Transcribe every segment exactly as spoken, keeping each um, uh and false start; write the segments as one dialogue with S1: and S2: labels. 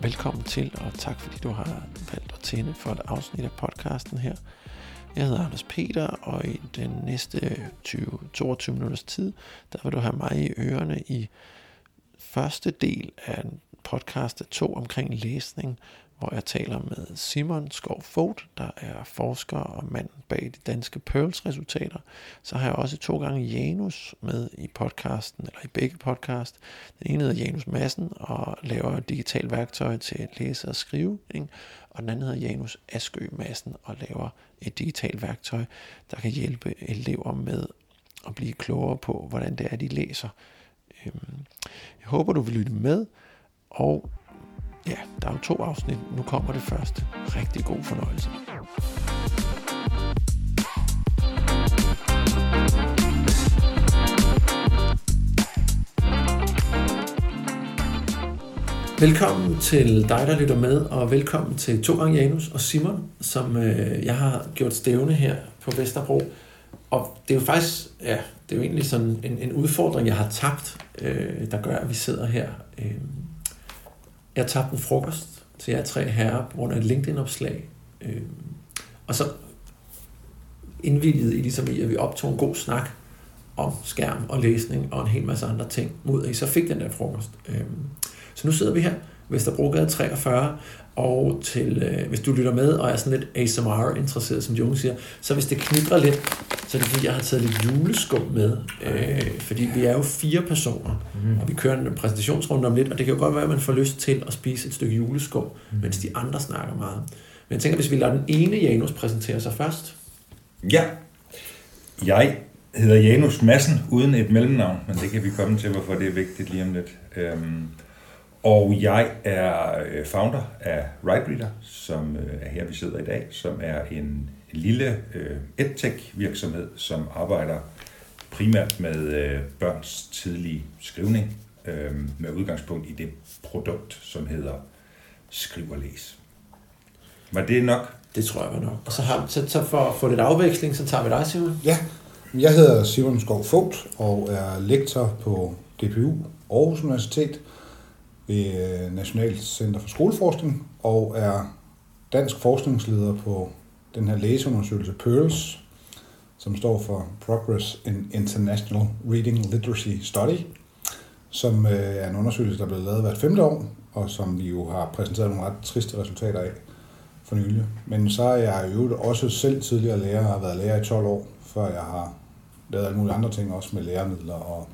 S1: velkommen til, og tak fordi du har valgt at tænde for et afsnit af podcasten her. Jeg hedder Anders Peter, og i den næste tyve til toogtyve minutters tid, der vil du have mig i ørerne i første del af en podcast af to omkring læsning, hvor jeg taler med Simon Skov Vogt, der er forsker og mand bag de danske Pearls-resultater. Så har jeg også to gange Janus med i podcasten, eller i begge podcast. Den ene hedder Janus Madsen og laver digitalt værktøj til læse og skrivning, og den anden hedder Janus Askø Madsen og laver et digitalt værktøj, der kan hjælpe elever med at blive klogere på, hvordan det er, de læser. Jeg håber, du vil lytte med, og ja, der er jo to afsnit. Nu kommer det første. Rigtig god fornøjelse. Velkommen til dig, der lytter med, og velkommen til to gange Janus og Simon, som øh, jeg har gjort stævne her på Vesterbro. Og det er jo faktisk, ja, det er jo egentlig sådan en, en udfordring, jeg har tabt, øh, der gør, at vi sidder her. Øh, Jeg tabte en frokost til jer tre herrer på grund af et LinkedIn-opslag. Øh, og så indvilligede I ligesom i, at vi optog en god snak om skærm og læsning og en hel masse andre ting, mod at I så fik den der frokost. Øh, så nu sidder vi her, Vesterbrogade treogfyrre, og til, øh, hvis du lytter med og er sådan lidt A S M R-interesseret, som de unge siger, så hvis det knitrer lidt, så er det fordi, jeg har taget lidt juleskum med, øh, fordi vi er jo fire personer, mm. og vi kører en præsentationsrunde om lidt, og det kan jo godt være, at man får lyst til at spise et stykke juleskum, mm. mens de andre snakker meget. Men jeg tænker, hvis vi lader den ene Janus præsentere sig først.
S2: Ja, jeg hedder Janus Madsen, uden et mellemnavn, men det kan vi komme til, hvorfor det er vigtigt lige om lidt. Øhm, og jeg er founder af WriteReader, som er her, vi sidder i dag, som er en lille øh, edtech-virksomhed, som arbejder primært med øh, børns tidlige skrivning, øh, med udgangspunkt i det produkt, som hedder Skriv og Læs. Var det nok?
S1: Det tror jeg var nok. Og så, har, så, så for at få lidt afveksling, så tager vi dig, Simon.
S3: Ja, jeg hedder Simon Skov Vogt og er lektor på D P U Aarhus Universitet ved Nationalt Center for Skoleforskning og er dansk forskningsleder på den her læseundersøgelse Pearls, som står for Progress in International Reading Literacy Study, som er en undersøgelse, der bliver lavet hvert femte år, og som vi jo har præsenteret nogle ret triste resultater af for nylig. Men så er jeg jo også selv tidligere lærer, har været lærer i tolv år, før jeg har lavet alle mulige andre ting, også med læremidler, og,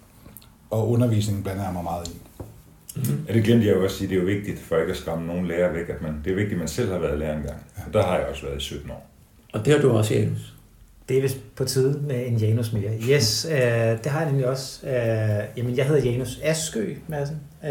S3: og undervisning blander jeg mig meget i.
S2: Mm-hmm. Ja, det glemte jeg jo også at sige, det er jo vigtigt, for ikke at skræmme nogen lærer væk, at man, det er vigtigt, at man selv har været lærer engang. Ja. Og der har jeg også været i sytten år.
S1: Og det har du også, Janus.
S4: Det er vist på tide med en Janus mere. Yes, øh, det har jeg nemlig også. Øh, jamen, jeg hedder Janus Askø Madsen, øh,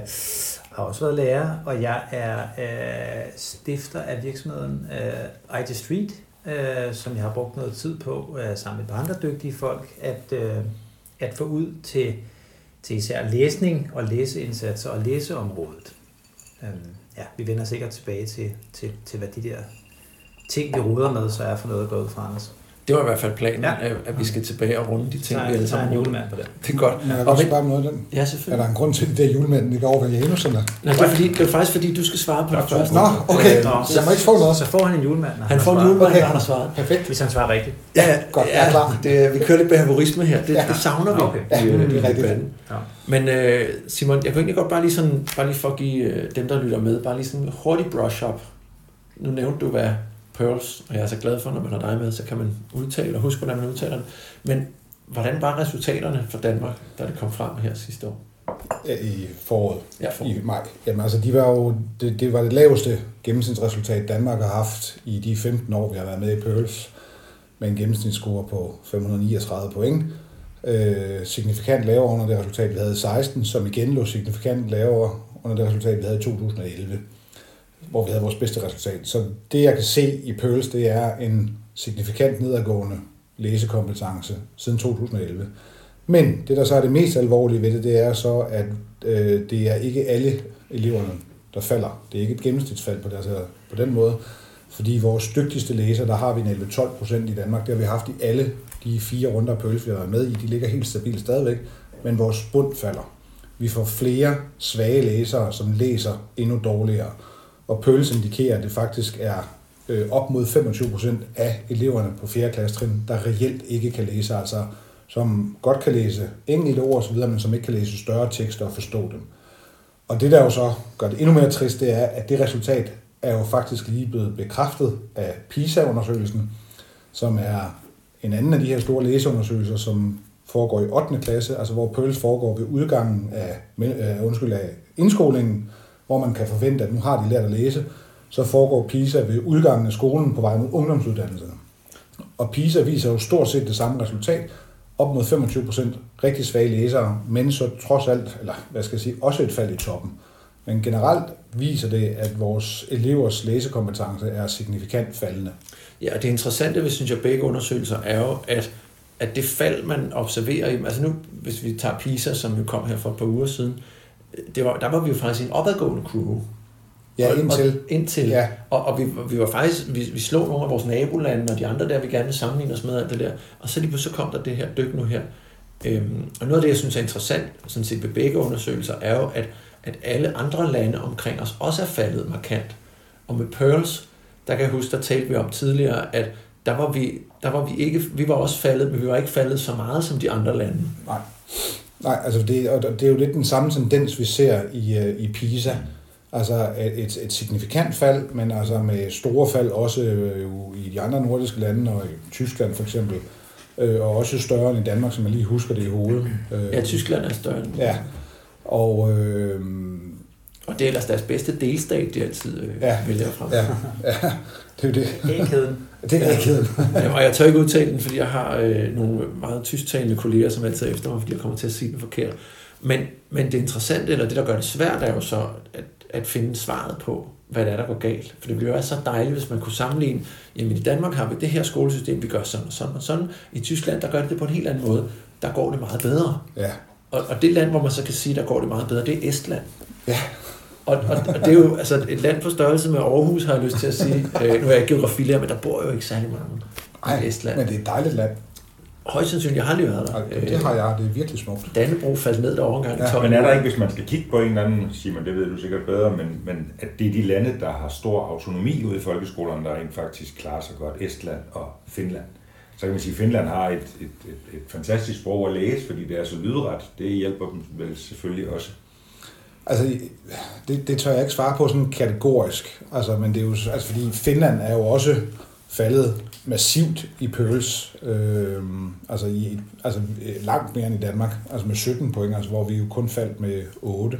S4: har også været lærer, og jeg er øh, stifter af virksomheden øh, I G Street, øh, som jeg har brugt noget tid på, øh, sammen med et par andre dygtige folk, at, øh, at få ud til til især læsning og læseindsatser og læseområdet. Øhm, ja, vi vender sikkert tilbage til, til, til, hvad de der ting, vi ruder med, så er for noget gået fra os.
S1: Det var i hvert fald planen, ja. at, at vi skal tilbage og runde de ting, vi alle sammen.
S4: en julemand på det.
S1: Det er godt.
S3: Men jeg kan også bare noget af den.
S1: Ja, selvfølgelig.
S3: Er der en grund til, at det er julemanden, det går over ved Janus, eller?
S1: Nej, det er, fordi, det er faktisk fordi, du skal svare på det første.
S3: Nå, okay.
S4: Nå,
S3: så jeg må ikke få noget.
S4: Så får han en julemand,
S1: han, han får en julemand, okay. Når han har svaret.
S3: Perfekt.
S4: Hvis han svarer rigtigt.
S1: Ja, ja,
S3: godt.
S1: Ja,
S3: jeg er klar.
S1: Det, vi kører lidt behaviorisme her. Det,
S3: ja.
S1: det savner vi.
S4: Okay.
S3: Ja,
S1: det,
S3: det er rigtigt.
S1: Ja. Men øh, Simon, jeg kan egentlig godt bare lige, sådan, bare lige for at give øh, dem, der lytter med, bare lige sådan en hurtig brush-up. Nu nævnte du, hvad Pearls, og jeg er så glad for, når man har dig med, så kan man udtale og huske, hvordan man udtaler den. Men hvordan var resultaterne for Danmark, da det kom frem her sidste år?
S3: I foråret,
S1: ja, foråret.
S3: I maj. Jamen altså, de var jo, det, det var det laveste gennemsnitsresultat, Danmark har haft i de femten år, vi har været med i Pearls, med en gennemsnitsscore på fem hundrede niogtredive point. Øh, signifikant lavere under det resultat, vi havde i seksten, som igen lå signifikant lavere under det resultat, vi havde i to tusind og elleve, hvor vi havde vores bedste resultat. Så det, jeg kan se i Pearls, det er en signifikant nedadgående læsekompetence siden to tusind og elleve. Men det, der så er det mest alvorlige ved det, det er så, at øh, det er ikke alle eleverne, der falder. Det er ikke et gennemsnitsfald på, deres, på den måde. Fordi vores dygtigste læser, der har vi en elleve til tolv procent i Danmark. Det har vi haft i alle de fire runder af Pearls, vi har været med i. De ligger helt stabilt stadigvæk, men vores bund falder. Vi får flere svage læsere, som læser endnu dårligere. Og Pearls indikerer, at det faktisk er øh, op mod femogtyve procent af eleverne på fjerde klassetrin, der reelt ikke kan læse, altså som godt kan læse enkelte ord osv., men som ikke kan læse større tekster og forstå dem. Og det, der jo så gør det endnu mere trist, det er, at det resultat er jo faktisk lige blevet bekræftet af PISA-undersøgelsen, som er en anden af de her store læseundersøgelser, som foregår i ottende klasse, altså hvor Pearls foregår ved udgangen af, øh, undskyld, af indskolingen, hvor man kan forvente, at nu har de lært at læse, så foregår PISA ved udgangen af skolen på vej mod ungdomsuddannelserne. Og PISA viser jo stort set det samme resultat, op mod femogtyve procent rigtig svage læsere, men så trods alt, eller hvad skal jeg sige, også et fald i toppen. Men generelt viser det, at vores elevers læsekompetence er signifikant faldende.
S1: Ja, og det interessante ved, synes jeg, begge undersøgelser er jo, at, at det fald, man observerer i, altså nu, hvis vi tager PISA, som jo kom her for et par uger siden, det var, der var vi jo faktisk en opadgående kurve.
S3: Ja, indtil.
S1: Og, indtil.
S3: Ja.
S1: Og, og vi, vi var faktisk, vi, vi slog nogle af vores nabolande, og de andre der, vi gerne vil sammenligne os med alt det der. Og så lige så kom der det her dyk nu her. Øhm, og noget af det, jeg synes er interessant, sådan set ved begge undersøgelser, er jo, at, at alle andre lande omkring os også er faldet markant. Og med Pearls, der kan jeg huske, der talte vi om tidligere, at der var vi, der var vi ikke, vi var også faldet, men vi var ikke faldet så meget som de andre lande.
S3: Nej, Nej altså det, og det er jo lidt den samme tendens, vi ser i, i PISA. Altså et, et signifikant fald, men altså med store fald også i de andre nordiske lande, og i Tyskland for eksempel, og også større end i Danmark, som jeg lige husker det i hovedet.
S1: Ja, Tyskland er større end.
S3: Ja, og... Øh,
S1: og det er ellers deres bedste delstat, de altid øh,
S3: ja,
S1: vælger frem.
S3: Ja, ja, det er jo det.
S4: Ægheden.
S3: Det er ægheden.
S1: Ja, og jeg tør ikke udtale den, fordi jeg har øh, nogle meget tysktalende kolleger, som altid er efter mig, fordi jeg kommer til at sige den forkert. Men, men det interessante, eller det, der gør det svært, er jo så at, at finde svaret på, hvad det er, der går galt. For det ville jo være så dejligt, hvis man kunne sammenligne, jamen i Danmark har vi det her skolesystem, vi gør sådan og sådan og sådan. I Tyskland, der gør det det på en helt anden måde. Der går det meget bedre.
S3: Ja.
S1: Og, og det land, hvor man så kan sige, der går det meget bedre, det er Estland.
S3: Ja.
S1: Og, og, og det er jo altså et land på størrelse med Aarhus, har jeg lyst til at sige. Øh, nu er jeg ikke geografilærer, men der bor jo ikke særlig mange i Estland.
S3: Men det er et dejligt land.
S1: Højst sandsynligt, jeg har aldrig været der.
S3: Ja, det har jeg, det er virkelig smukt.
S1: Dannebro faldt ned derovre engang.
S2: Ja, men er der ikke, hvis man skal kigge på en eller anden, Simon, det ved du sikkert bedre, men, men at det er de lande, der har stor autonomi ude i folkeskolerne, der rent faktisk klarer sig godt, Estland og Finland. Så kan man sige, at Finland har et, et, et, et fantastisk sprog at læse, fordi det er så lydret. Det hjælper dem vel selvfølgelig også.
S3: Altså, det, det tør jeg ikke svare på sådan kategorisk, altså, men det er jo, altså, fordi Finland er jo også faldet massivt i Pearls, øh, altså, i, altså langt mere end i Danmark, altså med sytten point, altså, hvor vi jo kun faldt med otte.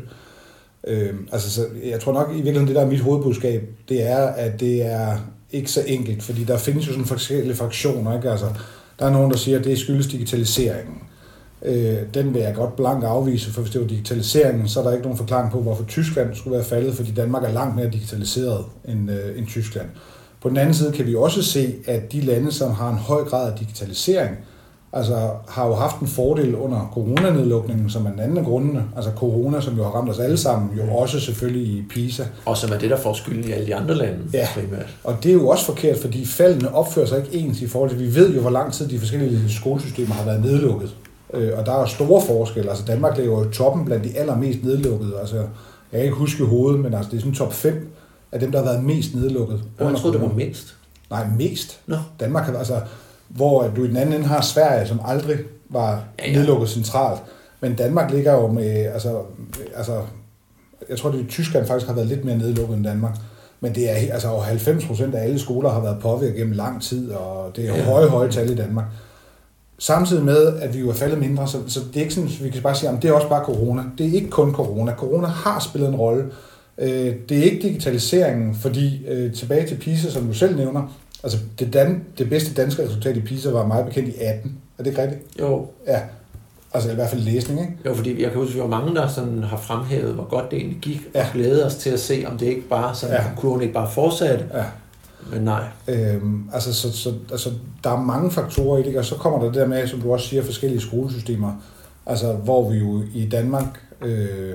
S3: Øh, altså, så jeg tror nok i virkeligheden, det der er mit hovedbudskab, det er, at det er ikke så enkelt, fordi der findes jo sådan forskellige fraktioner, ikke? Altså, der er nogen, der siger, at det skyldes digitaliseringen. Øh, den vil jeg godt blankt afvise, for hvis det var digitaliseringen, så er der ikke nogen forklaring på, hvorfor Tyskland skulle være faldet, fordi Danmark er langt mere digitaliseret end, øh, end Tyskland. På den anden side kan vi også se, at de lande, som har en høj grad af digitalisering, altså har jo haft en fordel under coronanedlukningen, som er den anden af grundene. Altså corona, som jo har ramt os alle sammen, jo også selvfølgelig i PISA.
S1: Og som er det, der får skylden i alle de andre lande.
S3: Ja,
S1: primært.
S3: Og det er jo også forkert, fordi faldene opfører sig ikke ens i forhold til, vi ved jo, hvor lang tid de forskellige skolesystemer har været nedlukket. Og der er store forskelle. Altså Danmark ligger jo toppen blandt de allermest nedlukkede. Altså, jeg kan ikke huske i hovedet, men altså, det er sådan top fem af dem, der har været mest nedlukket.
S1: Jeg troede, det var mindst.
S3: Nej, mest.
S1: Nå.
S3: Danmark har altså, hvor du i den anden ende har Sverige, som aldrig var ja, ja. nedlukket centralt. Men Danmark ligger jo med, altså, altså jeg tror, det i Tyskland faktisk har været lidt mere nedlukket end Danmark. Men det er altså over halvfems procent af alle skoler har været påvirket gennem lang tid, og det er jo ja. høje, høje tal i Danmark. Samtidig med, at vi jo er faldet mindre, så, så det er ikke sådan, vi kan bare sige, at det er også bare corona. Det er ikke kun corona. Corona har spillet en rolle. Det er ikke digitaliseringen, fordi tilbage til PISA, som du selv nævner, altså det, dan, det bedste danske resultat i PISA var meget bekendt i atten. Er det ikke rigtigt?
S1: Jo.
S3: Ja, altså i hvert fald læsning, ikke?
S1: Jo, fordi jeg kan huske, at vi var mange, der sådan har fremhævet, hvor godt det egentlig gik,
S3: ja.
S1: og glæde os til at se, om det ikke bare sådan, ja. kurven ikke bare fortsatte.
S3: Ja.
S1: Men nej.
S3: Øhm, altså, så, så, altså, der er mange faktorer i det, og så kommer der det der med, som du også siger, forskellige skolesystemer. Altså, hvor vi jo i Danmark øh,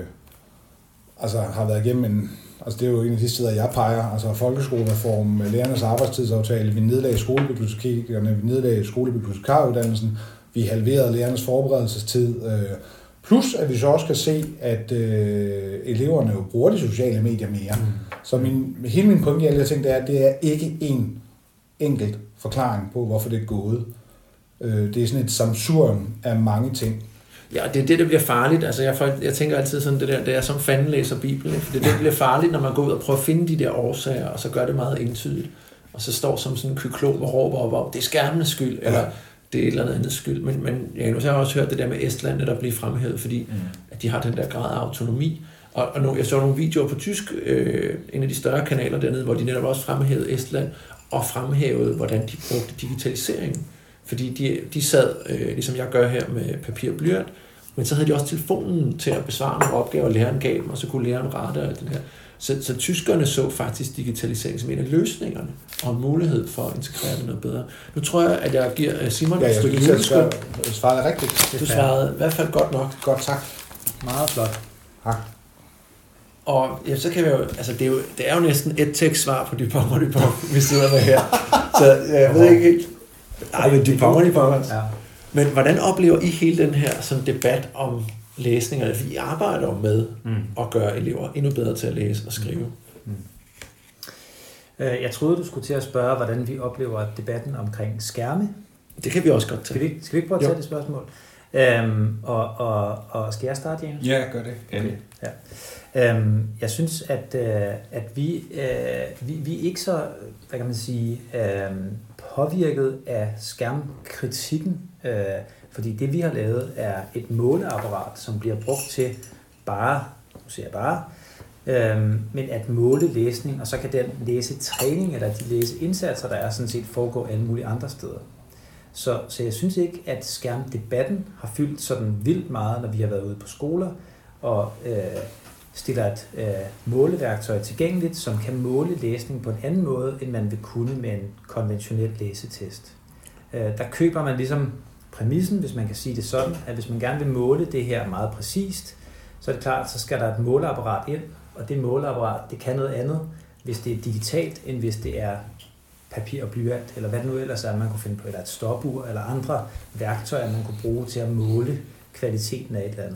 S3: altså, har været igennem en... Altså, det er jo en af de steder, jeg peger. Altså, folkeskolereform, lærernes arbejdstidsaftale, vi nedlagde skolebibliotekerne, vi nedlagde skolebibliotekaruddannelsen, vi halverede lærernes forberedelsestid, øh, Plus at vi så også kan se, at øh, eleverne jo bruger de sociale medier mere. Mm. Så min, hele min pointe i alle ting, det er, at det er ikke en enkelt forklaring på, hvorfor det er gået. Øh, det er sådan et sammensurium af mange ting.
S1: Ja, det er det, der bliver farligt. Altså jeg, jeg tænker altid sådan, det der, det er som fanden læser Bibelen. For det, det bliver farligt, når man går ud og prøver at finde de der årsager, og så gør det meget entydigt. Og så står som sådan en kyklop og råber op om, det er skærmenes skyld, ja. Eller det er et eller andet skyld. Men, men ja, nu har jeg også hørt det der med Estland, der bliver fremhævet, fordi mm. at de har den der grad af autonomi. Og, og nu, jeg så nogle videoer på tysk, øh, en af de større kanaler dernede, hvor de netop også fremhævede Estland, og fremhævede, hvordan de brugte digitaliseringen. Fordi de, de sad, øh, ligesom jeg gør her, med papir og blyant, men så havde de også telefonen til at besvare nogle opgaver, læreren gav dem, og så kunne læreren rette og den her. Så, så tyskerne så faktisk digitalisering som en af løsningerne, og en mulighed for at integrere det noget bedre. Nu tror jeg, at jeg giver Simon
S3: ja,
S1: et stykke livskyld.
S3: Du svarede rigtigt.
S1: Du svarede i hvert fald godt nok.
S3: Godt, tak.
S4: Meget flot.
S3: Ja.
S1: Og ja, så kan vi jo, altså det er jo, det er jo næsten et tekstsvar på Dupont og Dupont, vi sidder med her. Så jeg ved ikke helt. Nej, men Dupont og Dupont. Ja. Men hvordan oplever I hele den her sådan debat om læsning? Altså, I arbejder jo med mm. at gøre elever endnu bedre til at læse og skrive. Mm.
S4: Jeg troede, du skulle til at spørge, hvordan vi oplever debatten omkring skærme.
S1: Det kan vi også godt tage.
S4: Skal vi, skal vi ikke prøve at tage jo. det spørgsmål? Øhm, og, og, og skal jeg starte, James?
S2: Ja, gør det.
S4: Okay. Ja. Øhm, jeg synes, at, øh, at vi, øh, vi, vi er ikke så, hvad kan man sige, øh, påvirket af skærmkritikken, øh, fordi det, vi har lavet, er et måleapparat, som bliver brugt til bare, nu siger jeg bare, øhm, men at måle læsning, og så kan den læsetræning, eller de læseindsatser, der er, sådan set foregå alle mulige andre steder. Så, så jeg synes ikke, at skærmdebatten har fyldt sådan vildt meget, når vi har været ude på skoler, og øh, stiller et øh, måleværktøj tilgængeligt, som kan måle læsning på en anden måde, end man vil kunne med en konventionel læsetest. Øh, der køber man ligesom præmissen, hvis man kan sige det sådan, at hvis man gerne vil måle det her meget præcist, så er det klart, så skal der et måleapparat ind, og det måleapparat, det kan noget andet, hvis det er digitalt, end hvis det er papir og blyant, eller hvad det nu ellers er, man kunne finde på, eller et stopur, eller andre værktøjer, man kunne bruge til at måle kvaliteten af et eller andet.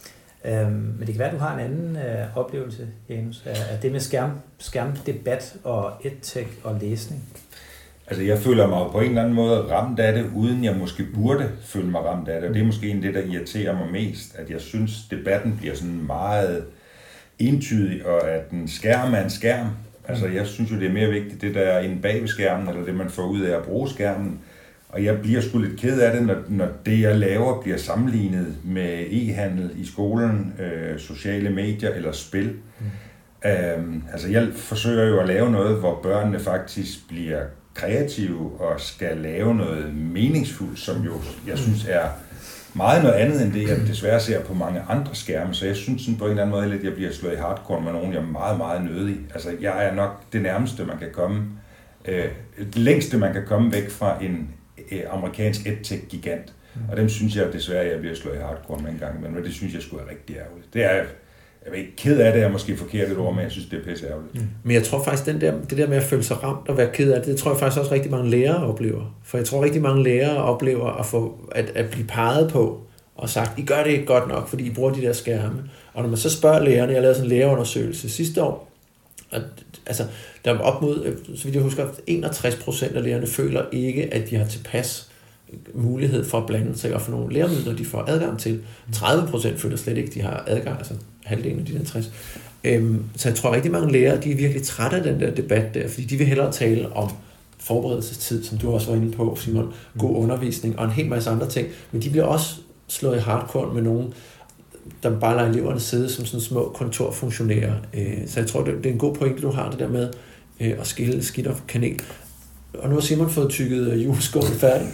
S4: Øhm, men det kan være, at du har en anden øh, oplevelse, Janus, af, af det med skærm, skærmdebat og edtech og læsning.
S2: Altså, jeg føler mig på en eller anden måde ramt af det, uden jeg måske burde føle mig ramt af det. Og det er måske en af det, der irriterer mig mest, at jeg synes, debatten bliver sådan meget entydig, og at en skærm er en skærm. Altså, jeg synes jo, det er mere vigtigt, det der er inde bag ved skærmen, eller det, man får ud af at bruge skærmen. Og jeg bliver sgu lidt ked af det, når, når det, jeg laver, bliver sammenlignet med e-handel i skolen, øh, sociale medier eller spil. Mm. Øhm, altså, jeg forsøger jo at lave noget, hvor børnene faktisk bliver kreative og skal lave noget meningsfuldt, som jo, jeg synes, er meget noget andet end det, jeg desværre ser på mange andre skærme. Så jeg synes sådan på en eller anden måde, at jeg bliver slået i hardcore med nogen, jeg er meget, meget nødig. Altså, jeg er nok det nærmeste, man kan komme, øh, det længste, man kan komme væk fra en øh, amerikansk edtech-gigant. Og dem synes jeg desværre, jeg bliver slået i hardcore med en gang, men det synes jeg sgu er rigtig ærgerligt. Det er jeg er ikke ked af det, er måske forkert et ord, men jeg synes, det er pisse ærgerligt. Mm.
S1: Men jeg tror faktisk, den der, det der med at føle sig ramt og være ked af det, det tror jeg faktisk også rigtig mange lærere oplever. For jeg tror rigtig mange lærere oplever at, få, at, at blive peget på og sagt, I gør det ikke godt nok, fordi I bruger de der skærme. Og når man så spørger lærerne, jeg lavede sådan en lærerundersøgelse sidste år, at, altså, der var op mod, så vidt jeg husker, enogtres procent af lærerne føler ikke, at de har tilpas mulighed for at blande sig og få nogle læremidler, de får adgang til. tredive procent føler slet ikke, de har adgang, altså halvdelen af de der tres. Øhm, så jeg tror, at rigtig mange lærere, de er virkelig trætte af den der debat der, fordi de vil hellere tale om forberedelsestid, som du også var inde på, Simon, god undervisning og en hel masse andre ting, men de bliver også slået i hardcore med nogen, der bare lader eleverne sidde som sådan små kontorfunktionærer. Så jeg tror, det er en god pointe, du har det der med at skille skidt og kanel. Og nu har Simon fået tykket juleskålen færdig.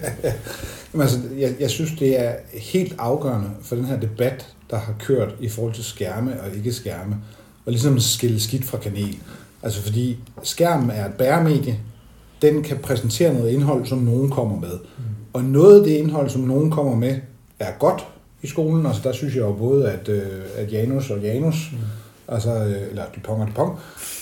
S3: Jamen, altså, jeg, jeg synes, det er helt afgørende for den her debat, der har kørt i forhold til skærme og ikke skærme, og ligesom skille skidt fra kanel. Altså fordi skærmen er et bæremedie, den kan præsentere noget indhold, som nogen kommer med. Mm. Og noget af det indhold, som nogen kommer med, er godt i skolen. Altså der synes jeg jo både, at, at Janus og Janus, mm. altså, eller Dupont og Dupont,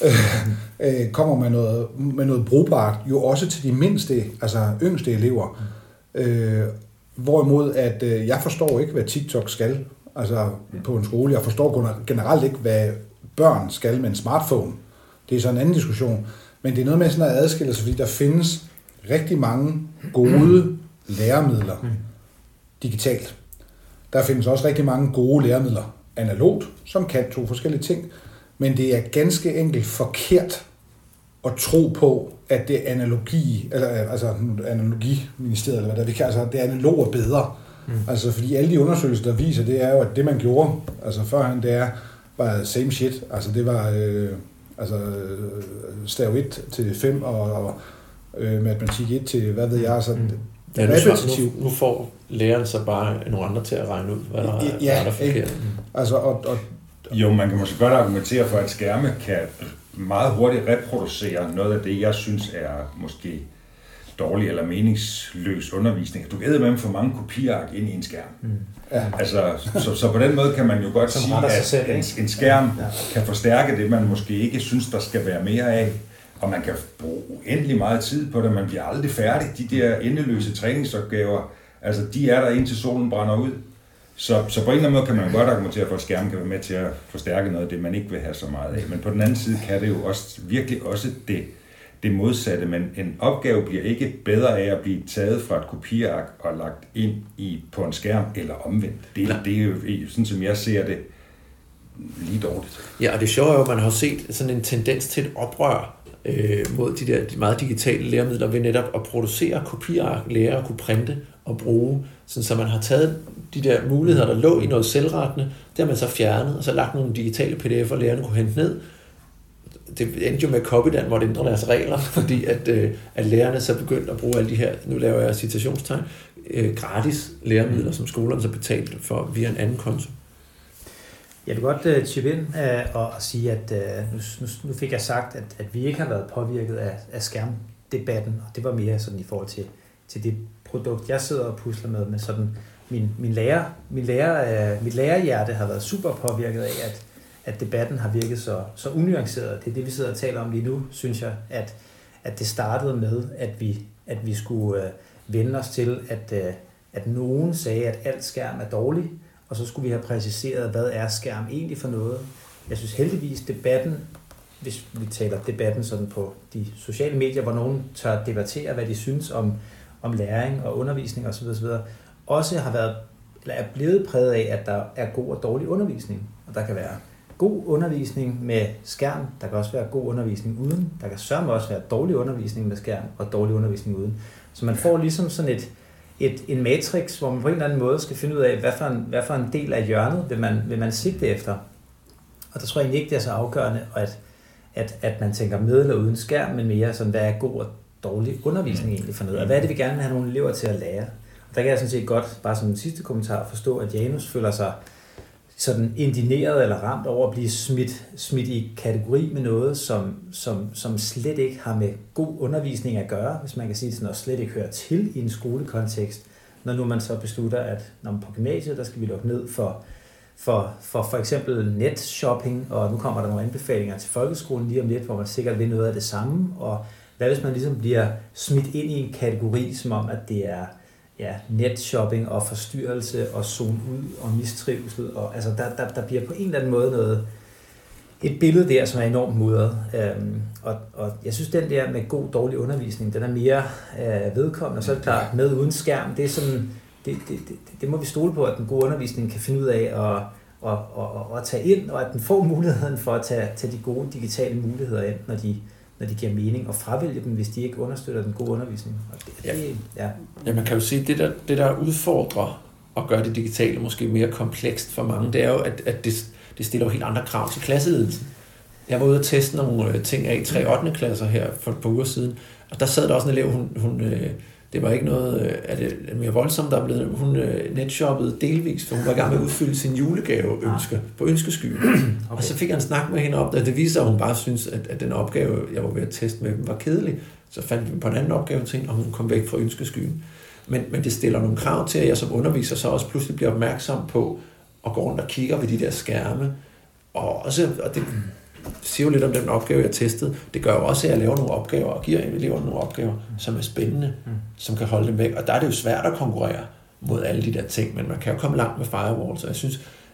S3: øh, kommer med noget, med noget brugbart, jo også til de mindste, altså yngste elever. Mm. Øh, hvorimod, at øh, jeg forstår ikke, hvad TikTok skal. altså på en skole. Jeg forstår generelt ikke, hvad børn skal med en smartphone. Det er så en anden diskussion. Men det er noget med sådan at adskille sig, fordi der findes rigtig mange gode læremidler digitalt. Der findes også rigtig mange gode læremidler analogt, som kan to forskellige ting. Men det er ganske enkelt forkert at tro på, at det analogi, eller altså analogiministeriet, eller hvad der vi kan, altså det analoge er bedre. Mm. Altså fordi alle de undersøgelser, der viser, det er jo, at det man gjorde, altså førhen, det er bare same shit. Altså det var øh, altså stav et til fem og, og øh, matematik et til, hvad ved jeg, sådan. Mm.
S1: Ja, nu, nu får læreren så bare nogle andre til at regne ud, hvad der er,
S3: ja,
S1: hvad der er forkert.
S3: Mm. Altså, og, og,
S2: jo, man kan måske godt argumentere for, at skærme kan meget hurtigt reproducere noget af det, jeg synes er måske dårlig eller meningsløs undervisning. Du kan eddermame for mange kopiark ind i en skærm. Mm. Ja. Altså, så, så på den måde kan man jo godt sige, at selv, en, en skærm ja. kan forstærke det, man måske ikke synes, der skal være mere af. Og man kan bruge uendelig meget tid på det, man bliver aldrig færdig. De der endeløse træningsopgaver, altså de er der indtil solen brænder ud. Så, så på en eller anden måde kan man godt argumentere for, at skærmen kan være med til at forstærke noget af det, man ikke vil have så meget af. Men på den anden side kan det jo også virkelig også det, det modsatte. Men en opgave bliver ikke bedre af at blive taget fra et kopiark og lagt ind i, på en skærm eller omvendt. Det, det er jo sådan, som jeg ser det, lige dårligt.
S1: Ja, og det sjove er jo, at man har set sådan en tendens til et oprør øh, mod de der de meget digitale læremidler ved netop at producere kopiark, lære at kunne printe og bruge, sådan, så man har taget de der muligheder, der lå i noget selvrettende, det har man så fjernet, og så lagt nogle digitale P D F'er, lærerne kunne hente ned. Det endte jo med, at Copydan måtte ændre deres regler, fordi at, øh, at lærerne så begyndte at bruge alle de her, nu laver jeg citationstegn, øh, gratis læremidler, som skolerne så betalte for via en anden konto.
S4: Jeg vil godt uh, chippe ind uh, og, og sige, at uh, nu, nu fik jeg sagt, at, at vi ikke har været påvirket af, af skærmdebatten, og det var mere sådan i forhold til, til det produkt, jeg sidder og pusler med, men sådan min, min lærer, min lærer, uh, mit lærerhjerte har været super påvirket af, at, at debatten har virket så, så unuanceret. Det er det, vi sidder og taler om lige nu, synes jeg, at, at det startede med, at vi, at vi skulle uh, vende os til, at, uh, at nogen sagde, at alt skærm er dårlig, og så skulle vi have præciseret, hvad er skærm egentlig for noget. Jeg synes heldigvis, debatten, hvis vi taler debatten sådan på de sociale medier, hvor nogen tør debattere, hvad de synes om, om læring og undervisning osv., osv., også har været, eller er blevet præget af, at der er god og dårlig undervisning. Og der kan være god undervisning med skærm, der kan også være god undervisning uden, der kan sørme også være dårlig undervisning med skærm og dårlig undervisning uden. Så man får ligesom sådan et Et, en matrix, hvor man på en eller anden måde skal finde ud af, hvad for en, hvad for en del af hjørnet vil man, vil man sigte efter. Og der tror jeg egentlig ikke, det er så afgørende, at, at, at man tænker med eller uden skærm, men mere sådan, hvad er god og dårlig undervisning egentlig for noget, og hvad er det, vi gerne vil have nogle elever til at lære. Og der kan jeg sådan set godt, bare som en sidste kommentar, forstå, at Janus føler sig sådan indineret eller ramt over at blive smidt, smidt i kategori med noget, som, som, som slet ikke har med god undervisning at gøre, hvis man kan sige det sådan, og slet ikke hører til i en skolekontekst, når nu man så beslutter, at når man på gymnasiet, der skal vi lukke ned for for, for for eksempel netshopping, og nu kommer der nogle anbefalinger til folkeskolen lige om lidt, hvor man sikkert vil noget af det samme, og hvad hvis man ligesom bliver smidt ind i en kategori, som om, at det er ja, netshopping og forstyrrelse og zone ud og mistrivsel, og altså der, der, der bliver på en eller anden måde noget, et billede der, som er enormt mudret. Øhm, og, og jeg synes, den der med god, dårlig undervisning, den er mere øh, vedkommende, og så er det klart, med uden skærm, det er sådan, det, det, det, det må vi stole på, at den gode undervisning kan finde ud af at, at, at, at tage ind, og at den får muligheden for at tage, tage de gode digitale muligheder ind, når de når de giver mening, og fravælge dem, hvis de ikke understøtter den gode undervisning. Og det,
S1: ja.
S4: Det, ja.
S1: ja, man kan jo sige, at det der, det der udfordrer og gør det digitale måske mere komplekst for mange, det er jo, at, at det, det stiller jo helt andre krav til klasseledelsen. Jeg var ude og teste nogle ting af i tre ottende klasser her for et par uger siden, og der sad der også en elev, hun, hun det var ikke noget, er det mere voldsomt, der er blevet, hun netshoppede delvis, for hun var i gang med at udfylde sin julegaveønske på ønskeskyen. Okay. Og så fik jeg en snak med hende op, og det viser, at hun bare synes, at, at den opgave, jeg var ved at teste med dem, var kedelig. Så fandt vi på en anden opgave til hende, og hun kom væk fra ønskeskyen. Men, men det stiller nogle krav til, at jeg som underviser så også pludselig bliver opmærksom på, at gå rundt og kigger ved de der skærme. Og, også, og det siger jo lidt om den opgave, jeg testede. Det gør jo også, at jeg laver nogle opgaver og giver eleverne nogle opgaver, som er spændende, mm. som kan holde dem væk. Og der er det jo svært at konkurrere mod alle de der ting, men man kan jo komme langt med firewall. Så jeg synes,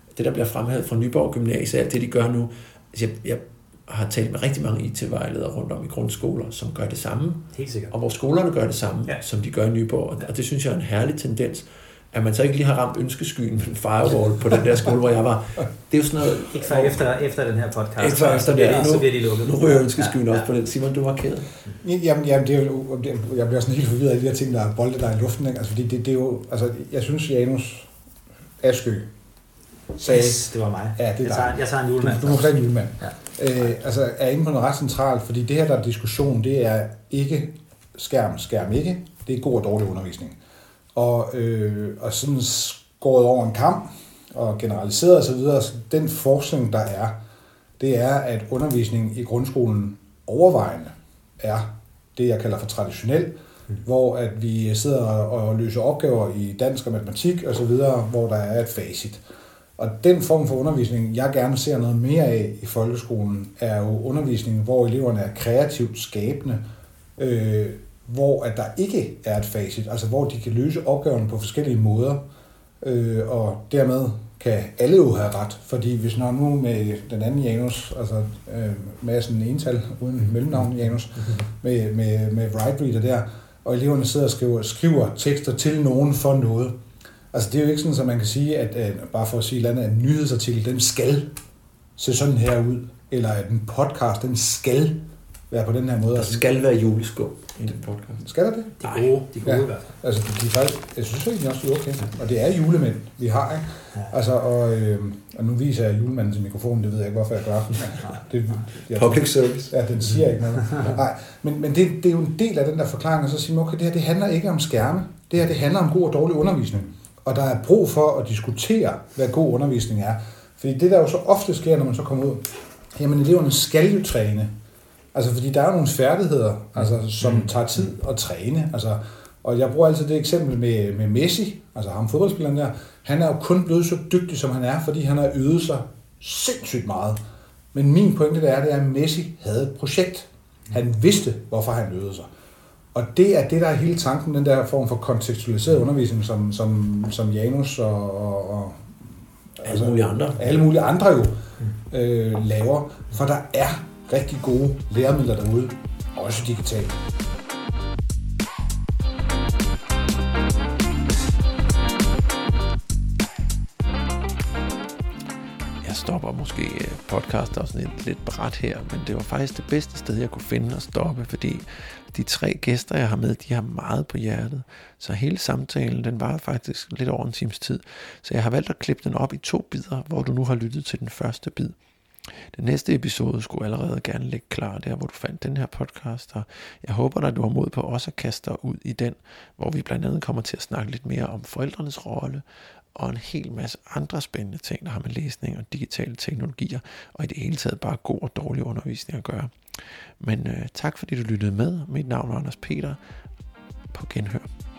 S1: det, der bliver fremhævet fra Nyborg Gymnasiet, alt det, de gør nu. Altså, jeg, jeg har talt med rigtig mange I T-vejledere rundt om i grundskoler, som gør det samme.
S4: Helt sikkert.
S1: Og hvor skolerne gør det samme, ja. som de gør i Nyborg. Og det synes jeg er en herlig tendens, at man så ikke lige har ramt ønskeskyen med en firewall på den der skole, hvor jeg var. Det er jo sådan noget...
S4: Ikke før efter, efter den her podcast.
S1: Ikke før efter det.
S4: Så bliver de lukket.
S1: Nu ryger ønskeskyen ja, også ja. på den. Simon, du var ked.
S3: Jamen, jamen det er jo, jeg bliver sådan helt forvirret af de her ting, der er bolde der i luften. Ikke? Altså, fordi det, det er jo... Altså, jeg synes, Janus Askø sagde...
S4: Yes, det var mig.
S3: Ja, det er
S4: jeg, tager, jeg tager en julemand.
S3: Du, du må tage en julemand.
S4: Ja.
S3: Øh, altså, er inde på noget ret centralt, fordi det her, der er diskussion, det er ikke skærm, skærm ikke. Det er god og dårlig undervisning. Og, øh, og sådan skåret over en kamp og generaliseret og så videre, så den forskning, der er, det er, at undervisningen i grundskolen overvejende er det, jeg kalder for traditionel, mm. hvor at vi sidder og løser opgaver i dansk og matematik og så videre, hvor der er et facit. Og den form for undervisning, jeg gerne ser noget mere af i folkeskolen, er jo undervisning, hvor eleverne er kreativt skabende, øh, hvor at der ikke er et facit, altså hvor de kan løse opgaven på forskellige måder, øh, og dermed kan alle jo have ret, fordi hvis når nu med den anden Janus, altså øh, med sådan en ental uden mellemnavn Janus, med, med, med write reader der, og eleverne sidder og skriver, skriver tekster til nogen for noget. Altså det er jo ikke sådan, at man kan sige, at øh, bare for at sige et eller andet, at en nyhedsartikel, den skal se sådan her ud, eller at en podcast, den skal være på den her måde.
S1: Der skal være juleskum i den podcast.
S3: Skal der det?
S4: De gode, de gode
S3: ja.
S4: i hvert fald.
S3: Altså, de, de faktisk, jeg synes egentlig også, det er okay. Og det er julemænd, vi har, ikke? Ja. Altså, og, øh, og nu viser jeg julemanden til mikrofonen, det ved jeg ikke, hvorfor jeg gør. Det, jeg,
S1: Public service.
S3: Ja, den siger ikke noget. Nej, men, men det, det er jo en del af den der forklaring, og så siger man, okay, det her det handler ikke om skærme. Det her det handler om god og dårlig undervisning. Og der er brug for at diskutere, hvad god undervisning er. Fordi det, der jo så ofte sker, når man så kommer ud, jamen eleverne skal jo træne. Altså, fordi der er nogle færdigheder, altså, som mm. tager tid at træne. Altså, og jeg bruger altid det eksempel med, med Messi, altså ham fodboldspilleren der. Han er jo kun blevet så dygtig, som han er, fordi han har øvet sig sindssygt meget. Men min pointe der er, det er, at Messi havde et projekt. Han vidste, hvorfor han øvede sig. Og det er det, der er hele tanken, den der form for kontekstualiseret undervisning, som, som, som Janus og, og, og
S1: alle altså, mulige andre,
S3: alle mulige andre jo øh, laver. For der er rigtig gode læremidler derude, også digitalt.
S1: Jeg stopper måske podcast også lidt, lidt bræt her, men det var faktisk det bedste sted, jeg kunne finde at stoppe, fordi de tre gæster, jeg har med, de har meget på hjertet. Så hele samtalen, den var faktisk lidt over en times tid. Så jeg har valgt at klippe den op i to bidder, hvor du nu har lyttet til den første bid. Den næste episode skulle allerede gerne ligge klar der, hvor du fandt den her podcast, og jeg håber at du har mod på også at kaste dig ud i den, hvor vi blandt andet kommer til at snakke lidt mere om forældrenes rolle, og en hel masse andre spændende ting, der har med læsning og digitale teknologier, og i det hele taget bare god og dårlig undervisning at gøre. Men øh, tak fordi du lyttede med. Mit navn er Anders Peter. På genhør.